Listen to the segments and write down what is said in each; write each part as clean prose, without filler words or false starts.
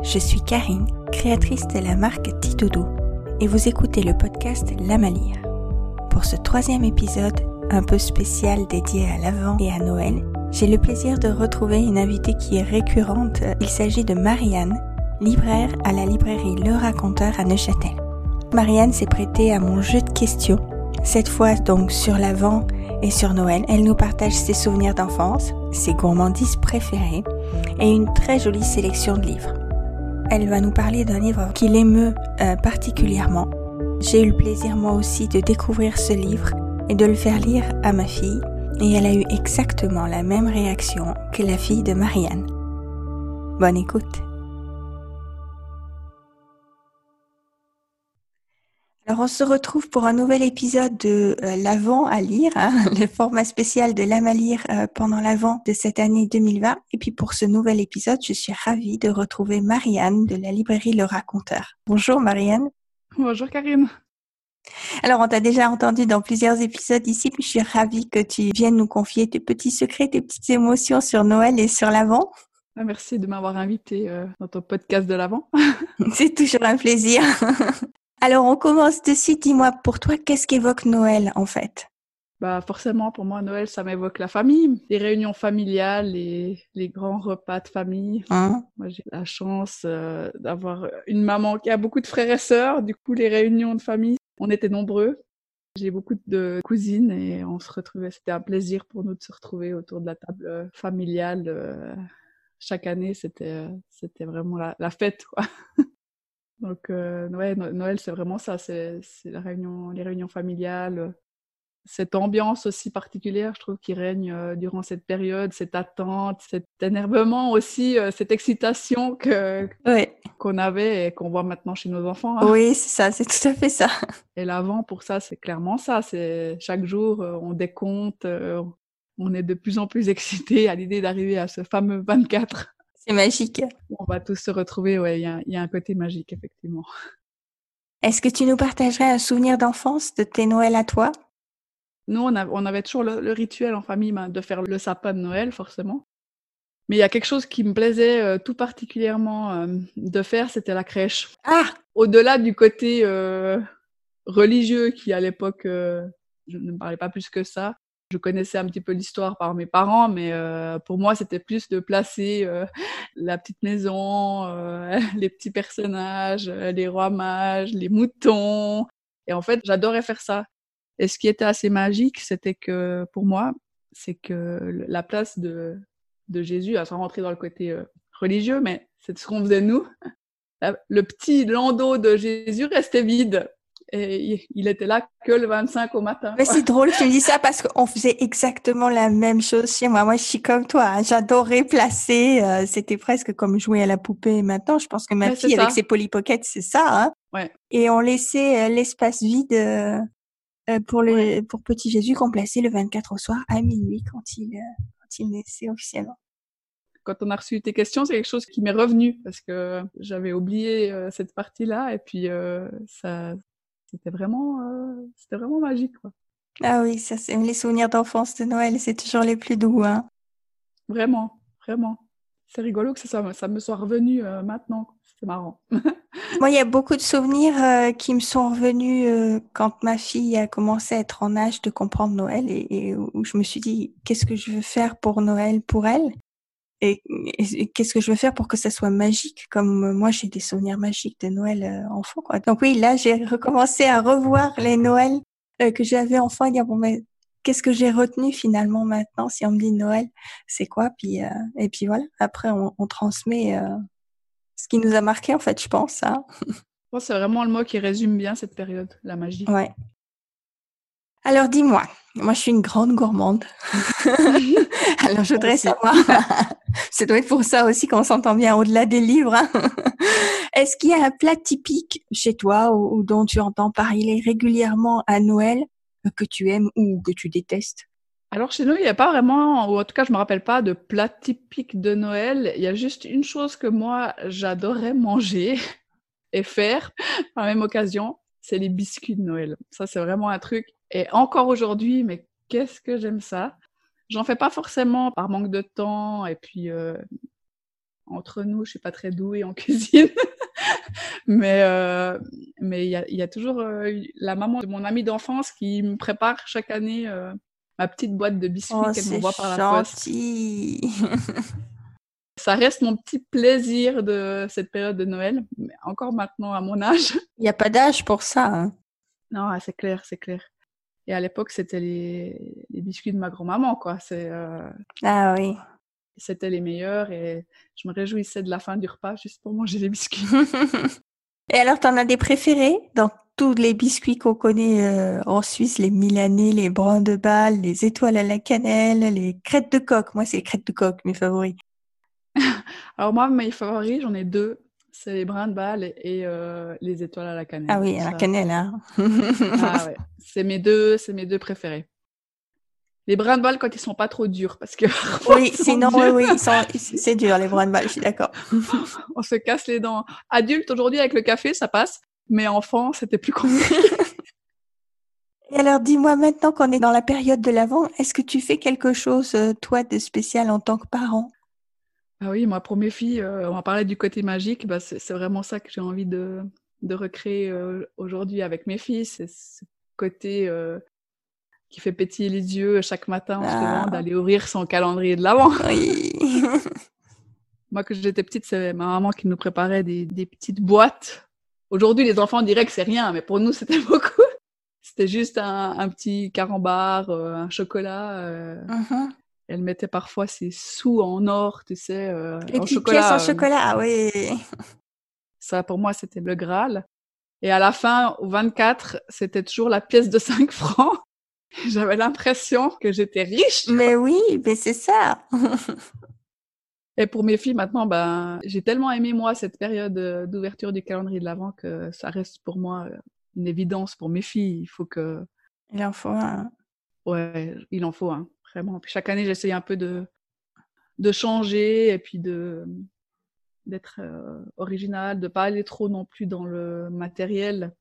je suis Karine, créatrice de la marque Titodo, et vous écoutez le podcast L'Amalire. Pour ce 3e épisode, un peu spécial dédié à l'Avent et à Noël, j'ai le plaisir de retrouver une invitée qui est récurrente. Il s'agit de Marianne, libraire à la librairie Le Raconteur à Neuchâtel. Marianne s'est prêtée à mon jeu de questions, cette fois donc sur l'Avent et sur Noël. Elle nous partage ses souvenirs d'enfance, ses gourmandises préférées et une très jolie sélection de livres. Elle va nous parler d'un livre qui l'émeut particulièrement. J'ai eu le plaisir moi aussi de découvrir ce livre et de le faire lire à ma fille, et elle a eu exactement la même réaction que la fille de Marianne. Bonne écoute. Alors on se retrouve pour un nouvel épisode de l'Avent à lire, le format spécial de l'Amalire pendant l'Avent de cette année 2020. Et puis pour ce nouvel épisode, je suis ravie de retrouver Marianne de la librairie Le Raconteur. Bonjour Marianne. Bonjour Karine. Alors on t'a déjà entendu dans plusieurs épisodes ici, puis je suis ravie que tu viennes nous confier tes petits secrets, tes petites émotions sur Noël et sur l'Avent. Merci de m'avoir invitée dans ton podcast de l'Avent. C'est toujours un plaisir. Alors, on commence de suite. Dis-moi, pour toi, qu'est-ce qu'évoque Noël, en fait? Forcément, pour moi, Noël, ça m'évoque la famille, les réunions familiales, les grands repas de famille. Moi, j'ai la chance d'avoir une maman qui a beaucoup de frères et sœurs. Du coup, les réunions de famille, on était nombreux. J'ai beaucoup de cousines et on se retrouvait. C'était un plaisir pour nous de se retrouver autour de la table familiale. Chaque année, c'était vraiment la fête, quoi. Donc, Noël, c'est vraiment ça, c'est les réunions familiales, cette ambiance aussi particulière, je trouve, qui règne durant cette période, cette attente, cet énervement aussi, cette excitation qu'on avait et qu'on voit maintenant chez nos enfants. Oui, c'est ça, c'est tout à fait ça. Et l'Avent, pour ça, c'est clairement ça, c'est chaque jour, on décompte, on est de plus en plus excités à l'idée d'arriver à ce fameux 24. C'est magique. On va tous se retrouver, ouais, il y a un côté magique, effectivement. Est-ce que tu nous partagerais un souvenir d'enfance de tes Noëls à toi? Nous, on avait toujours le rituel en famille de faire le sapin de Noël, forcément. Mais il y a quelque chose qui me plaisait tout particulièrement de faire, c'était la crèche. Ah! Au-delà du côté religieux qui, à l'époque, je ne me parlais pas plus que ça. Je connaissais un petit peu l'histoire par mes parents, mais pour moi, c'était plus de placer la petite maison, les petits personnages, les rois mages, les moutons. Et en fait, j'adorais faire ça. Et ce qui était assez magique, c'était que, pour moi, c'est que la place de Jésus, sans rentrer dans le côté religieux, mais c'est ce qu'on faisait nous. Le petit landau de Jésus restait vide. Et il était là que le 25 au matin. Mais c'est drôle que tu me dis ça parce qu'on faisait exactement la même chose chez moi. Moi, je suis comme toi. J'adorais placer. C'était presque comme jouer à la poupée maintenant. Je pense que ma fille, avec ses Polly Pocket, c'est ça. Ouais. Et on laissait l'espace vide pour petit Jésus qu'on plaçait le 24 au soir à minuit quand il naissait officiellement. Quand on a reçu tes questions, c'est quelque chose qui m'est revenu parce que j'avais oublié cette partie-là et puis ça... C'était vraiment magique, quoi. Ah oui, ça, c'est les souvenirs d'enfance de Noël, c'est toujours les plus doux, hein. Vraiment, vraiment. C'est rigolo que ça me soit revenu maintenant. C'est marrant. Moi, il y a beaucoup de souvenirs qui me sont revenus quand ma fille a commencé à être en âge de comprendre Noël et où je me suis dit, qu'est-ce que je veux faire pour Noël pour elle? Et qu'est-ce que je veux faire pour que ça soit magique, comme moi j'ai des souvenirs magiques de Noël enfant, quoi. Donc oui, là j'ai recommencé à revoir les Noëls que j'avais enfant et dire bon mais qu'est-ce que j'ai retenu finalement maintenant si on me dit Noël, c'est quoi? Puis et puis voilà, après on transmet ce qui nous a marqué en fait, je pense, hein. Je pense que c'est vraiment le mot qui résume bien cette période, la magie. Ouais. Alors dis-moi, moi je suis une grande gourmande. Alors je voudrais savoir, ça doit être pour ça aussi qu'on s'entend bien au-delà des livres, hein. Est-ce qu'il y a un plat typique chez toi ou dont tu entends parler régulièrement à Noël que tu aimes ou que tu détestes? Alors chez nous, il n'y a pas vraiment, ou en tout cas je me rappelle pas de plat typique de Noël. Il y a juste une chose que moi j'adorais manger et faire par la même occasion, c'est les biscuits de Noël. Ça c'est vraiment un truc. Et encore aujourd'hui, mais qu'est-ce que j'aime ça. J'en fais pas forcément par manque de temps et puis entre nous, je suis pas très douée en cuisine. Mais il y a toujours la maman de mon amie d'enfance qui me prépare chaque année ma petite boîte de biscuits qu'elle m'envoie par la poste. C'est gentil. Ça reste mon petit plaisir de cette période de Noël, mais encore maintenant à mon âge. Il n'y a pas d'âge pour ça. Hein. Non, c'est clair, c'est clair. Et à l'époque, c'était les biscuits de ma grand-maman, quoi. Ah oui. C'était les meilleurs et je me réjouissais de la fin du repas juste pour manger les biscuits. Et alors, t'en as des préférés dans tous les biscuits qu'on connaît en Suisse, les Milanais, les brins de balle, les étoiles à la cannelle, les crêtes de coq. Moi, c'est les crêtes de coq, mes favoris. Alors moi, mes favoris, j'en ai 2. C'est les brins de balle et les étoiles à la cannelle. Ah oui, à la cannelle, hein. Ah ouais, c'est mes deux préférés. Les brins de balle quand ils sont pas trop durs, parce que oui, sinon, oui, c'est dur les brins de balle, je suis d'accord. On se casse les dents. Adulte, aujourd'hui, avec le café, ça passe, mais enfant, c'était plus compliqué. Et alors, dis-moi, maintenant qu'on est dans la période de l'Avent, est-ce que tu fais quelque chose, toi, de spécial en tant que parent? Ah oui, moi, pour mes filles, on va parler du côté magique, bah, c'est vraiment ça que j'ai envie de recréer aujourd'hui avec mes filles. C'est ce côté qui fait pétiller les yeux chaque matin en se levant, d'aller ouvrir son calendrier de l'Avent. Oui. Moi, quand j'étais petite, c'est ma maman qui nous préparait des petites boîtes. Aujourd'hui, les enfants diraient que c'est rien, mais pour nous, c'était beaucoup. C'était juste un petit carambar, un chocolat. Elle mettait parfois ses sous en or, tu sais, les en petites chocolat. Pièces en chocolat, oui. Ça, pour moi, c'était le Graal. Et à la fin, au 24, c'était toujours la pièce de 5 francs. J'avais l'impression que j'étais riche. Mais oui, mais c'est ça. Et pour mes filles, maintenant, ben, j'ai tellement aimé, moi, cette période d'ouverture du calendrier de l'Avent que ça reste pour moi une évidence pour mes filles. Il faut que... Il en faut un. Ouais, il en faut un, vraiment. Puis chaque année, j'essaye un peu de changer et puis d'être originale, de pas aller trop non plus dans le matériel.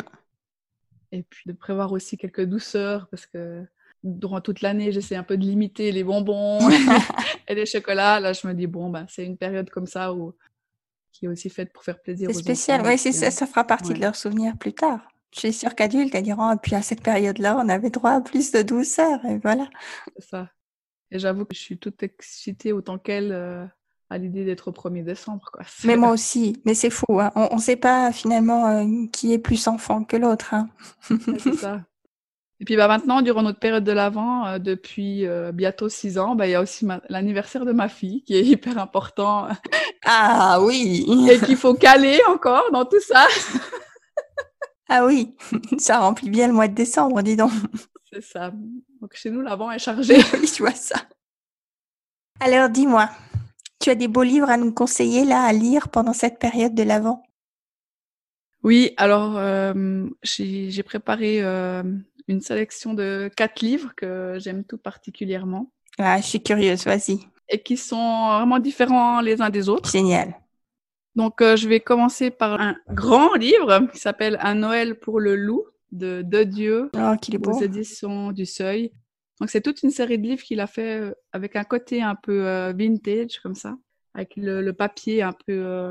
Et puis de prévoir aussi quelques douceurs parce que durant toute l'année, j'essaie un peu de limiter les bonbons et les chocolats. Là, je me dis, bon, bah, c'est une période comme ça qui est aussi faite pour faire plaisir aux enfants. C'est spécial, oui, c'est ça, ça fera partie de leurs souvenirs plus tard. Je suis sûre qu'adultes, elles diront, et puis à cette période-là, on avait droit à plus de douceur, et voilà. C'est ça. Et j'avoue que je suis toute excitée autant qu'elle à l'idée d'être au 1er décembre, quoi. Mais moi aussi, mais c'est fou, hein. On ne sait pas finalement qui est plus enfant que l'autre. Hein. C'est ça. Et puis bah, maintenant, durant notre période de l'Avent, depuis bientôt 6 ans, bah, y a aussi l'anniversaire de ma fille qui est hyper important. Ah oui. Et qu'il faut caler encore dans tout ça. Ah oui, ça remplit bien le mois de décembre, dis donc. C'est ça. Donc chez nous, l'Avent est chargé. Oui, je vois ça. Alors dis-moi, tu as des beaux livres à nous conseiller là à lire pendant cette période de l'Avent? Oui, alors j'ai préparé une sélection de 4 livres que j'aime tout particulièrement. Ah, je suis curieuse, vas-y. Et qui sont vraiment différents les uns des autres. Génial. Donc je vais commencer par un grand livre qui s'appelle Un Noël pour le loup de Dieu aux éditions du Seuil. Donc c'est toute une série de livres qu'il a fait avec un côté un peu vintage comme ça, avec le papier un peu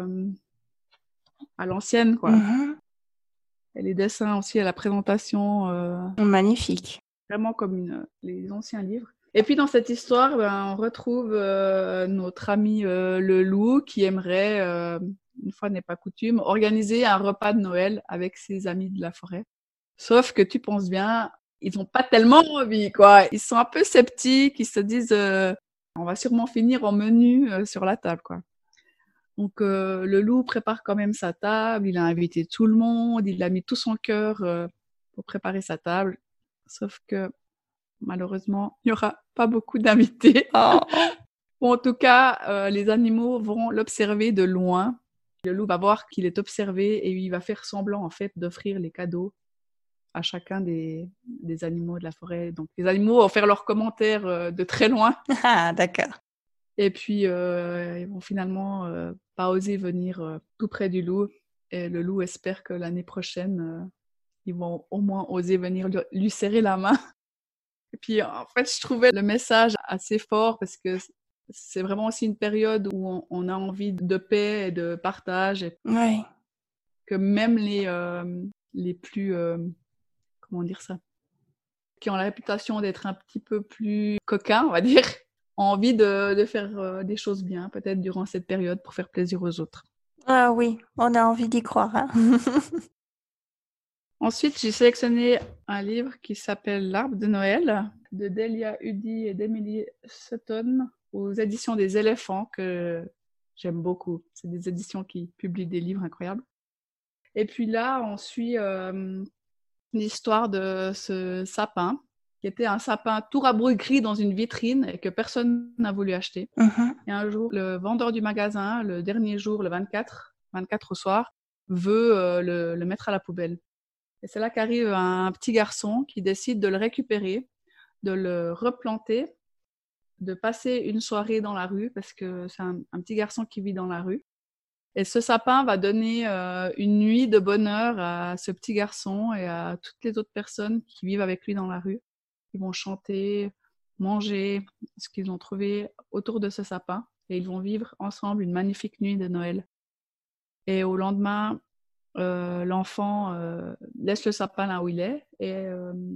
à l'ancienne, quoi. Et les dessins aussi à la présentation. Magnifique. Vraiment comme les anciens livres. Et puis dans cette histoire, ben, on retrouve notre ami le loup qui aimerait, une fois n'est pas coutume, organiser un repas de Noël avec ses amis de la forêt. Sauf que tu penses bien, ils n'ont pas tellement envie, quoi. Ils sont un peu sceptiques, ils se disent on va sûrement finir en menu sur la table, quoi. Donc le loup prépare quand même sa table, il a invité tout le monde, il a mis tout son cœur pour préparer sa table. Sauf que malheureusement, il n'y aura pas beaucoup d'invités. Oh. Ou en tout cas, les animaux vont l'observer de loin. Le loup va voir qu'il est observé et il va faire semblant en fait d'offrir les cadeaux à chacun des animaux de la forêt. Donc les animaux vont faire leurs commentaires de très loin. Ah, d'accord. Et puis ils vont finalement pas oser venir tout près du loup. Et le loup espère que l'année prochaine, ils vont au moins oser venir lui serrer la main. Et puis, en fait, je trouvais le message assez fort parce que c'est vraiment aussi une période où on a envie de paix et de partage. Et ouais. que même les plus, comment dire ça, qui ont la réputation d'être un petit peu plus coquins, on va dire, ont envie de faire des choses bien, peut-être durant cette période, pour faire plaisir aux autres. Ah oui, on a envie d'y croire. Hein. Ensuite, j'ai sélectionné un livre qui s'appelle L'Arbre de Noël, de Delia Udy et d'Emily Sutton, aux éditions des Éléphants, que j'aime beaucoup. C'est des éditions qui publient des livres incroyables. Et puis là, on suit l'histoire de ce sapin, qui était un sapin tout rabougri dans une vitrine et que personne n'a voulu acheter. Et un jour, le vendeur du magasin, le dernier jour, le 24 au soir, veut le mettre à la poubelle. Et c'est là qu'arrive un petit garçon qui décide de le récupérer, de le replanter, de passer une soirée dans la rue, parce que c'est un petit garçon qui vit dans la rue. Et ce sapin va donner une nuit de bonheur à ce petit garçon et à toutes les autres personnes qui vivent avec lui dans la rue. Ils vont chanter, manger ce qu'ils ont trouvé autour de ce sapin et ils vont vivre ensemble une magnifique nuit de Noël. Et au lendemain, l'enfant laisse le sapin là où il est et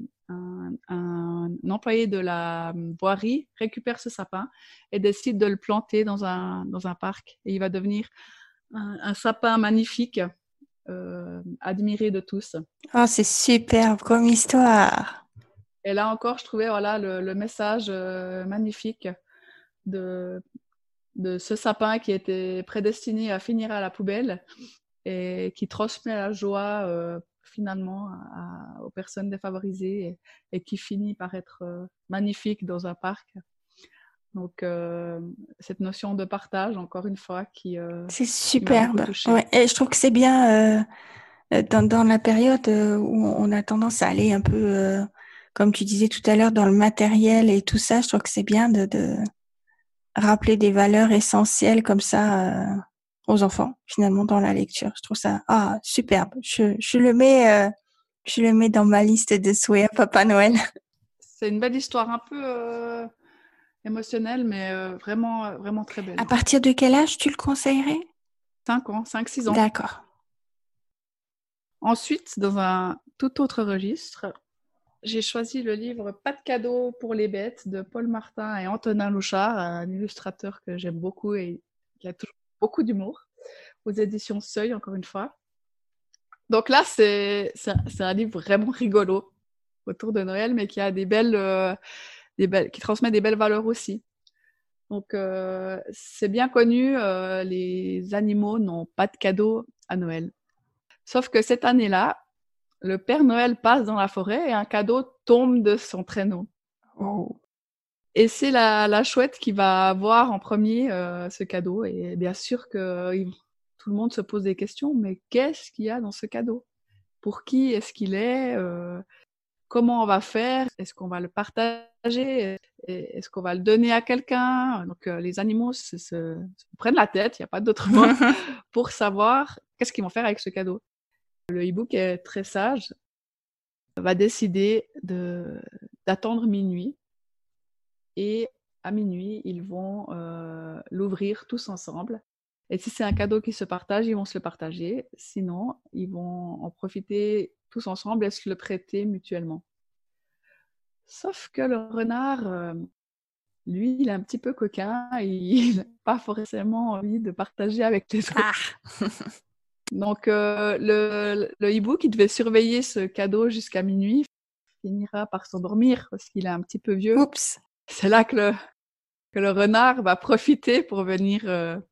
un employé de la voirie récupère ce sapin et décide de le planter dans un parc. Et il va devenir un sapin magnifique, admiré de tous. Oh, c'est superbe comme histoire. Et là encore, je trouvais voilà, le message magnifique de ce sapin qui était prédestiné à finir à la poubelle et qui transmet la joie finalement aux personnes défavorisées et qui finit par être magnifique dans un parc. Donc, cette notion de partage, encore une fois, c'est qui m'a beaucoup superbe. touchée. Ouais. Et je trouve que c'est bien dans la période où on a tendance à aller un peu, comme tu disais tout à l'heure, dans le matériel et tout ça. Je trouve que c'est bien de rappeler des valeurs essentielles comme ça aux enfants, finalement, dans la lecture. Je trouve ça superbe. Je le mets dans ma liste de souhaits à Papa Noël. C'est une belle histoire, un peu émotionnelle, mais vraiment, vraiment très belle. À partir de quel âge tu le conseillerais? 5-6 ans. D'accord. Ensuite, dans un tout autre registre, j'ai choisi le livre Pas de cadeau pour les bêtes de Paul Martin et Antonin Louchard, un illustrateur que j'aime beaucoup et qui a toujours beaucoup d'humour, aux éditions Seuil, encore une fois. Donc là, c'est un livre vraiment rigolo autour de Noël, mais qui a qui transmet des belles valeurs aussi. Donc, c'est bien connu, les animaux n'ont pas de cadeau à Noël. Sauf que cette année-là, le Père Noël passe dans la forêt et un cadeau tombe de son traîneau. Oh. Et c'est la chouette qui va voir en premier ce cadeau. Et bien sûr que tout le monde se pose des questions, mais qu'est-ce qu'il y a dans ce cadeau? Pour qui est-ce qu'il est? Comment on va faire? Est-ce qu'on va le partager? Est-ce qu'on va le donner à quelqu'un? Donc les animaux se prennent la tête, il n'y a pas d'autre mot, pour savoir qu'est-ce qu'ils vont faire avec ce cadeau. Le hibou, qui est très sage, va décider d'attendre minuit. Et à minuit, ils vont l'ouvrir tous ensemble. Et si c'est un cadeau qui se partage, ils vont se le partager. Sinon, ils vont en profiter tous ensemble et se le prêter mutuellement. Sauf que le renard, lui, il est un petit peu coquin et il n'a pas forcément envie de partager avec les autres. Donc, le hibou qui devait surveiller ce cadeau jusqu'à minuit finira par s'endormir parce qu'il est un petit peu vieux. Oups. C'est là que le renard va profiter pour venir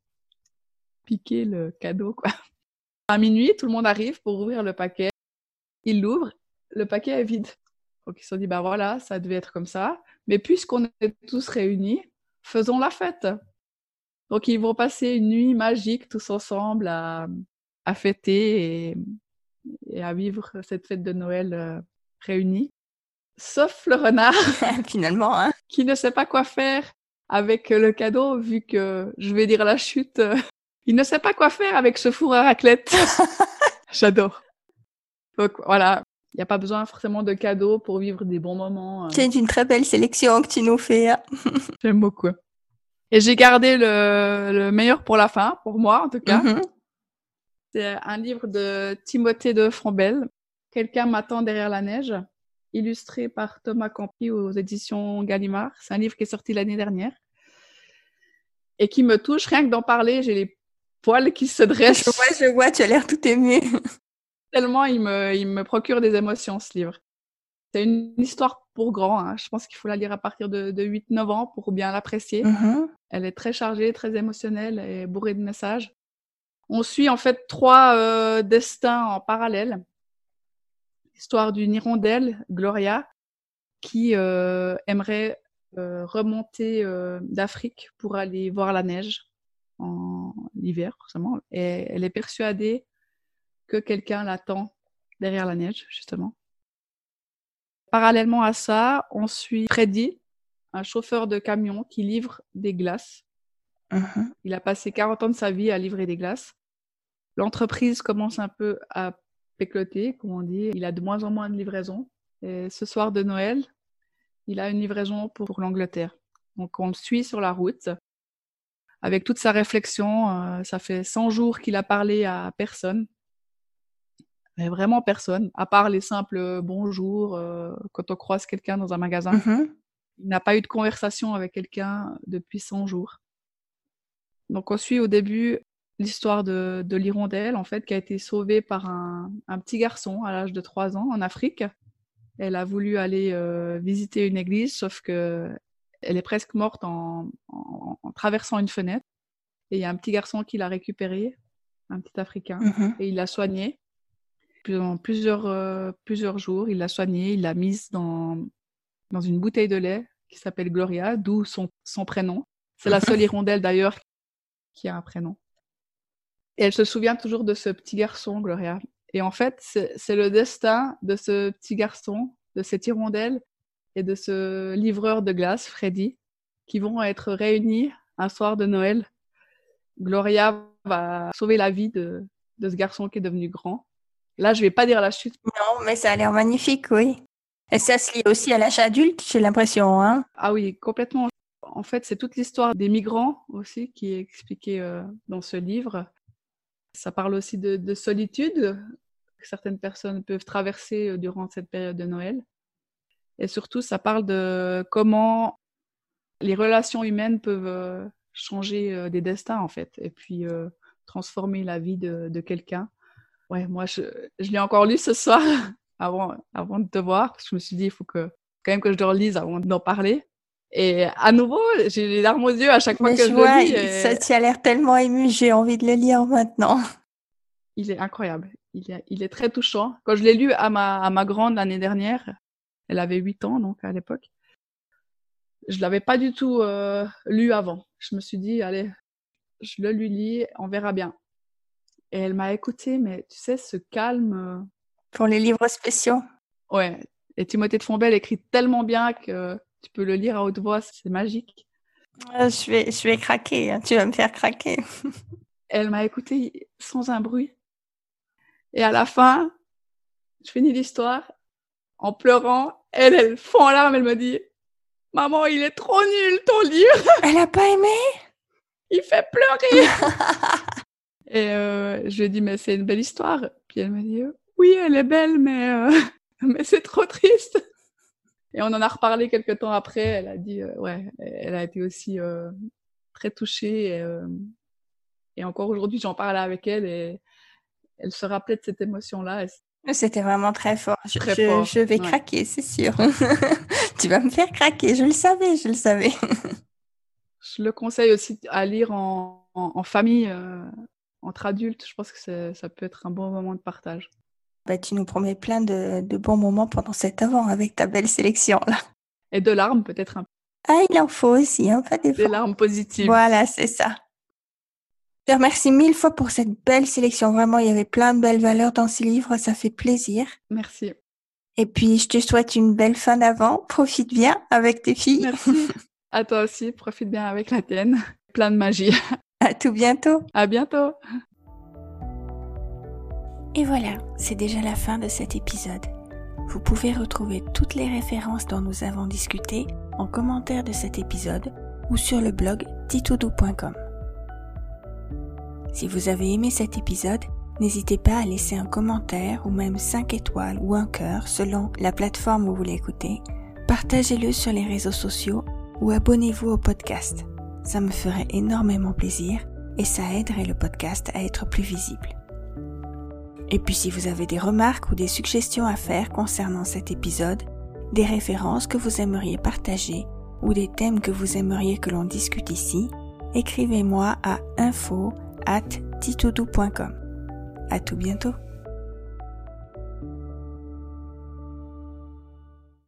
piquer le cadeau, quoi. À minuit, tout le monde arrive pour ouvrir le paquet. Il l'ouvre, le paquet est vide. Donc ils se sont dit, bah voilà, ça devait être comme ça. Mais puisqu'on est tous réunis, faisons la fête. Donc ils vont passer une nuit magique tous ensemble à fêter et à vivre cette fête de Noël réunis. Sauf le renard, finalement, hein, qui ne sait pas quoi faire avec le cadeau, vu que, je vais dire la chute, il ne sait pas quoi faire avec ce four à raclette. J'adore. Donc voilà, il n'y a pas besoin forcément de cadeaux pour vivre des bons moments. C'est une très belle sélection que tu nous fais. Hein. J'aime beaucoup. Et j'ai gardé le meilleur pour la fin, pour moi en tout cas. C'est un livre de Timothée de Fombelle, Quelqu'un m'attend derrière la neige, illustré par Thomas Campi aux éditions Gallimard. C'est un livre qui est sorti l'année dernière et qui me touche. Rien que d'en parler, j'ai les poils qui se dressent. Je vois, tu as l'air tout ému. Tellement il me procure des émotions, ce livre. C'est une histoire pour grands. Hein. Je pense qu'il faut la lire à partir de 8-9 ans pour bien l'apprécier. Elle est très chargée, très émotionnelle et bourrée de messages. On suit en fait 3 destins en parallèle. L'histoire d'une hirondelle, Gloria, qui aimerait remonter d'Afrique pour aller voir la neige en hiver, forcément. Et elle est persuadée que quelqu'un l'attend derrière la neige, justement. Parallèlement à ça, on suit Freddy, un chauffeur de camion qui livre des glaces. Il a passé 40 ans de sa vie à livrer des glaces. L'entreprise commence un peu à pécloter, comme on dit. Il a de moins en moins de livraisons. Et ce soir de Noël, il a une livraison pour l'Angleterre. Donc on le suit sur la route avec toute sa réflexion. Ça fait 100 jours qu'il a parlé à personne. Mais vraiment personne, à part les simples bonjours quand on croise quelqu'un dans un magasin. Il n'a pas eu de conversation avec quelqu'un depuis 100 jours. Donc on suit au début l'histoire de l'hirondelle, en fait, qui a été sauvée par un petit garçon à l'âge de 3 ans en Afrique. Elle a voulu aller visiter une église, sauf que elle est presque morte en traversant une fenêtre. Et il y a un petit garçon qui l'a récupérée, un petit Africain, et il l'a soignée. Pendant plusieurs jours, il l'a soignée, il l'a mise dans une bouteille de lait qui s'appelle Gloria, d'où son prénom. C'est la seule hirondelle d'ailleurs qui a un prénom. Et elle se souvient toujours de ce petit garçon, Gloria. Et en fait, c'est le destin de ce petit garçon, de cette hirondelle et de ce livreur de glace, Freddy, qui vont être réunis un soir de Noël. Gloria va sauver la vie de ce garçon qui est devenu grand. Là, je vais pas dire la chute. Non, mais ça a l'air magnifique, oui. Et ça se lie aussi à l'âge adulte, j'ai l'impression, hein. Ah oui, complètement. En fait, c'est toute l'histoire des migrants aussi qui est expliquée dans ce livre. Ça parle aussi de solitude que certaines personnes peuvent traverser durant cette période de Noël. Et surtout, ça parle de comment les relations humaines peuvent changer des destins, en fait, et puis transformer la vie de quelqu'un. Ouais, moi, je l'ai encore lu ce soir avant de te voir. Je me suis dit, il faut quand même que je le relise avant d'en parler. Et à nouveau, j'ai les larmes aux yeux à chaque fois que je le lis. Ça, tu as l'air tellement ému, j'ai envie de le lire maintenant. Il est incroyable. Il est très touchant. Quand je l'ai lu à ma grande l'année dernière, elle avait 8 ans, donc à l'époque, je l'avais pas du tout lu avant. Je me suis dit, allez, je le lui lis, on verra bien. Et elle m'a écoutée, mais tu sais, ce calme... Pour les livres spéciaux. Ouais. Et Timothée de Fombelle écrit tellement bien que tu peux le lire à haute voix, c'est magique. Je vais craquer, hein. Tu vas me faire craquer. Elle m'a écoutée sans un bruit. Et à la fin, je finis l'histoire en pleurant. Elle fond en larmes, elle me dit « Maman, il est trop nul ton livre !» Elle a pas aimé? Il fait pleurer. Et je lui ai dit « Mais c'est une belle histoire !» Puis elle m'a dit « Oui, elle est belle, mais c'est trop triste !» Et on en a reparlé quelques temps après. Elle a dit ouais, elle a été aussi très touchée. Et encore aujourd'hui, j'en parlais avec elle et elle se rappelait de cette émotion-là. C'était vraiment très fort. Fort. Je vais craquer, c'est sûr. Tu vas me faire craquer, je le savais. Je le conseille aussi à lire en famille, entre adultes. Je pense que ça peut être un bon moment de partage. Bah, tu nous promets plein de bons moments pendant cet Avant avec ta belle sélection là. Et de larmes peut-être un peu. Ah, il en faut aussi, hein, pas des fois. Des larmes positives. Voilà, c'est ça. Je te remercie 1000 fois pour cette belle sélection. Vraiment, il y avait plein de belles valeurs dans ce livre. Ça fait plaisir. Merci. Et puis, je te souhaite une belle fin d'Avent. Profite bien avec tes filles. Merci. À toi aussi. Profite bien avec la tienne. Plein de magie. À tout bientôt. À bientôt. Et voilà, c'est déjà la fin de cet épisode. Vous pouvez retrouver toutes les références dont nous avons discuté en commentaire de cet épisode ou sur le blog titoudou.com. Si vous avez aimé cet épisode, n'hésitez pas à laisser un commentaire ou même 5 étoiles ou un cœur selon la plateforme où vous l'écoutez. Partagez-le sur les réseaux sociaux ou abonnez-vous au podcast. Ça me ferait énormément plaisir et ça aiderait le podcast à être plus visible. Et puis si vous avez des remarques ou des suggestions à faire concernant cet épisode, des références que vous aimeriez partager ou des thèmes que vous aimeriez que l'on discute ici, écrivez-moi à info@titoudou.com. À tout bientôt.